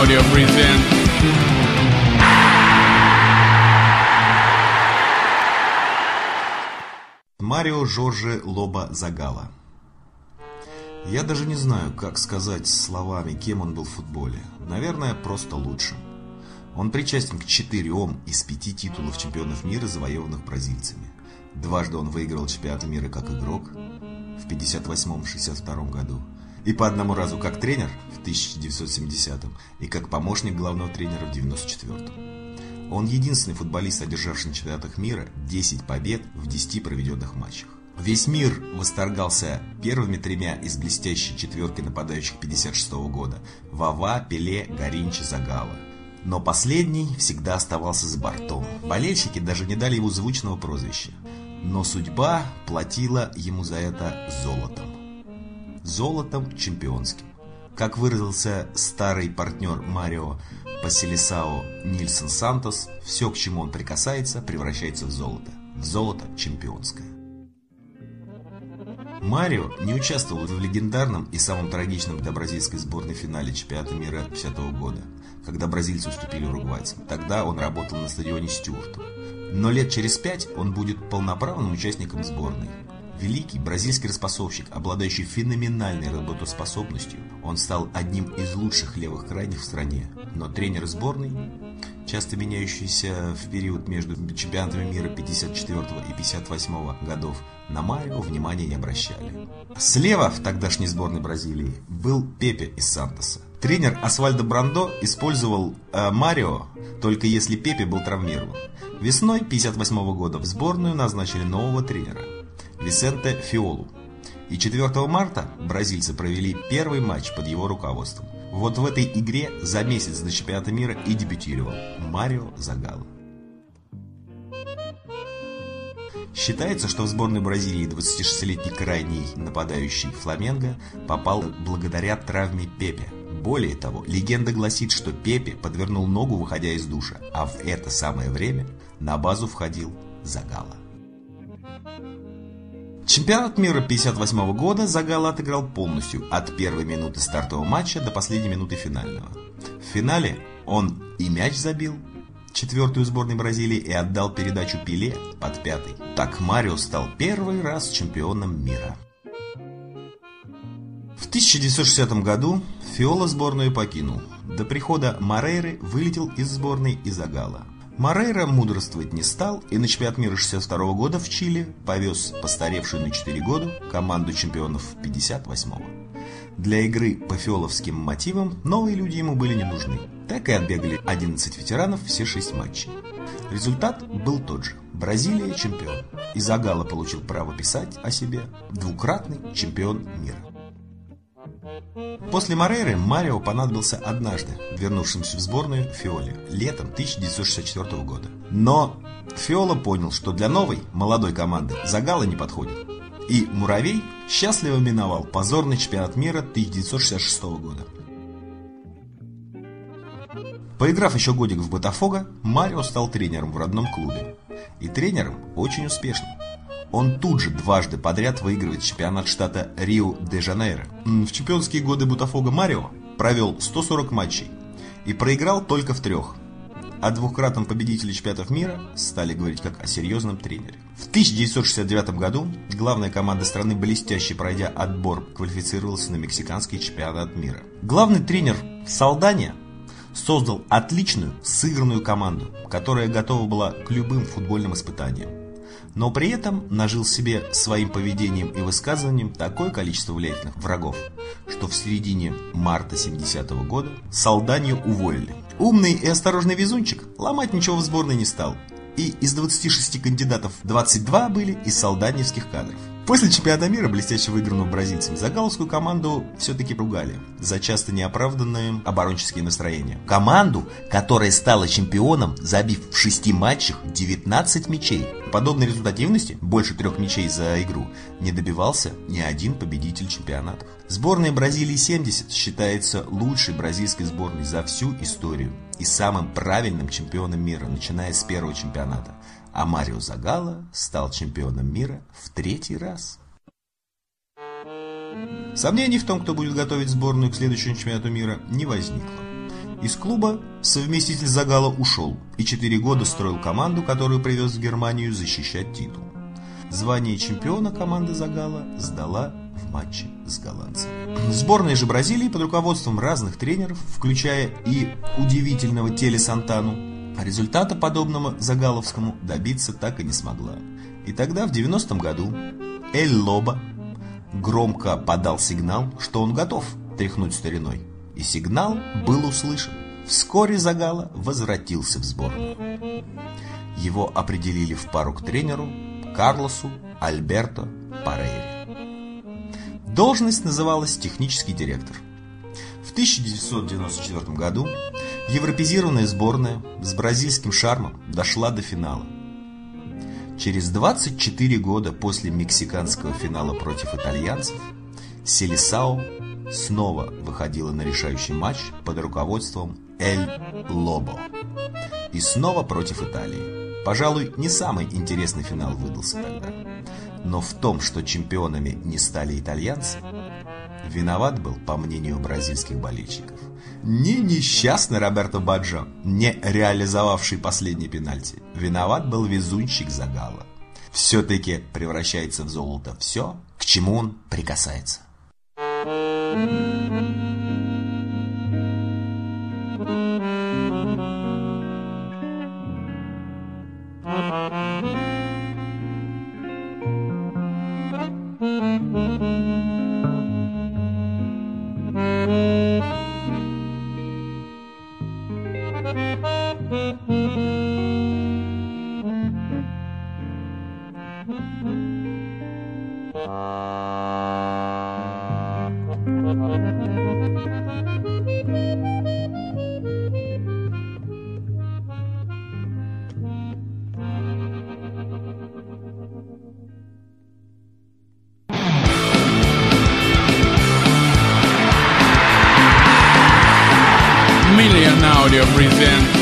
Audio presents Марио Жорже Лоба Загала. Я даже не знаю, как сказать словами, кем он был в футболе. Наверное, просто лучшим. Он причастен к 4 из 5 титулов чемпионов мира, завоеванных бразильцами. Дважды он выиграл чемпионаты мира как игрок в 58-62 году. И по одному разу как тренер в 1970-м и как помощник главного тренера в 1994-м. Он единственный футболист, одержавший на чемпионатах мира 10 побед в 10 проведенных матчах. Весь мир восторгался первыми 3 из блестящей четверки нападающих 1956 года – Вава, Пеле, Гаринча, Загала. Но последний всегда оставался за бортом. Болельщики даже не дали ему звучного прозвища. Но судьба платила ему за это золотом. Золотом чемпионским. Как выразился старый партнер Марио по Селисао Нильсон Сантос, все, к чему он прикасается, превращается в золото. В золото чемпионское. Марио не участвовал в легендарном и самом трагичном для бразильской сборной финале чемпионата мира 1950 года, когда бразильцы уступили уругвайцам. Тогда он работал на стадионе Стюарту. Но лет через 5 он будет полноправным участником сборной. Великий бразильский распасовщик, обладающий феноменальной работоспособностью, он стал одним из лучших левых крайних в стране. Но тренер сборной, часто меняющийся в период между чемпионатами мира 54 и 58 годов, на Марио внимания не обращали. Слева в тогдашней сборной Бразилии был Пепе из Сантоса. Тренер Освальдо Брандо использовал Марио только если Пепе был травмирован. Весной 58 года в сборную назначили нового тренера Висенте Фиолу. И 4 марта бразильцы провели первый матч под его руководством. Вот в этой игре за месяц до чемпионата мира и дебютировал Марио Загала. Считается, что в сборную Бразилии 26-летний крайний нападающий Фламенго попал благодаря травме Пепе. Более того, легенда гласит, что Пепе подвернул ногу, выходя из душа, а в это самое время на базу входил Загала. Чемпионат мира 1958 года Загала отыграл полностью, от первой минуты стартового матча до последней минуты финального. В финале он и мяч забил, 4-ю сборной Бразилии, и отдал передачу Пеле под 5-й. Так Марио стал первый раз чемпионом мира. В 1960 году Фиола сборную покинул. До прихода Морейры вылетел из сборной и Загала. Морейра мудрствовать не стал и на чемпионат мира 1962 года в Чили повез постаревшую на 4 года команду чемпионов 58-го. Для игры по фиоловским мотивам новые люди ему были не нужны. Так и отбегали 11 ветеранов все 6 матчей. Результат был тот же. Бразилия чемпион. И Загала получил право писать о себе двукратный чемпион мира. После Морейры Марио понадобился однажды, вернувшимся в сборную Фиоле, летом 1964 года. Но Фиола понял, что для новой, молодой команды Загала не подходит. И Муравей счастливо миновал позорный чемпионат мира 1966 года. Поиграв еще годик в Ботафого, Марио стал тренером в родном клубе. И тренером очень успешным. Он тут же дважды подряд выигрывает чемпионат штата Рио-де-Жанейро. В чемпионские годы Ботафого Марио провел 140 матчей и проиграл только в 3. О двукратном победителе чемпионатов мира стали говорить как о серьезном тренере. В 1969 году главная команда страны, блестяще пройдя отбор, квалифицировалась на мексиканский чемпионат мира. Главный тренер Салданья создал отличную сыгранную команду, которая готова была к любым футбольным испытаниям. Но при этом нажил себе своим поведением и высказыванием такое количество влиятельных врагов, что в середине марта 70-го года Салданью уволили. Умный и осторожный везунчик ломать ничего в сборной не стал. И из 26 кандидатов 22 были из салданьевских кадров. После чемпионата мира, блестяще выигранного бразильцами, загаловскую команду все-таки ругали за часто неоправданные оборонческие настроения. Команду, которая стала чемпионом, забив в 6 матчах 19 мячей. Подобной результативности, больше 3 мячей за игру, не добивался ни один победитель чемпионатов. Сборная Бразилии 70 считается лучшей бразильской сборной за всю историю и самым правильным чемпионом мира, начиная с первого чемпионата. А Марио Загала стал чемпионом мира в 3-й раз. Сомнений в том, кто будет готовить сборную к следующему чемпионату мира, не возникло. Из клуба совместитель Загало ушел и 4 года строил команду, которую привез в Германию защищать титул. Звание чемпиона команда Загало сдала в матче с голландцами. Сборная же Бразилии под руководством разных тренеров, включая и удивительного Теле Сантану, результата, подобного загаловскому, добиться так и не смогла. И тогда, в 90-м году, Эль Лобо громко подал сигнал, что он готов тряхнуть стариной. И сигнал был услышан. Вскоре Загало возвратился в сборную. Его определили в пару к тренеру Карлосу Альберто Парейре. Должность называлась технический директор. В 1994 году европеизированная сборная с бразильским шармом дошла до финала. Через 24 года после мексиканского финала против итальянцев Селисао снова выходила на решающий матч под руководством Эль Лобо. И снова против Италии. Пожалуй, не самый интересный финал выдался тогда. Но в том, что чемпионами не стали итальянцы, виноват был, по мнению бразильских болельщиков, не несчастный Роберто Баджо, не реализовавший последний пенальти. Виноват был везунчик Загало. Все-таки превращается в золото все, к чему он прикасается. Million Audio presents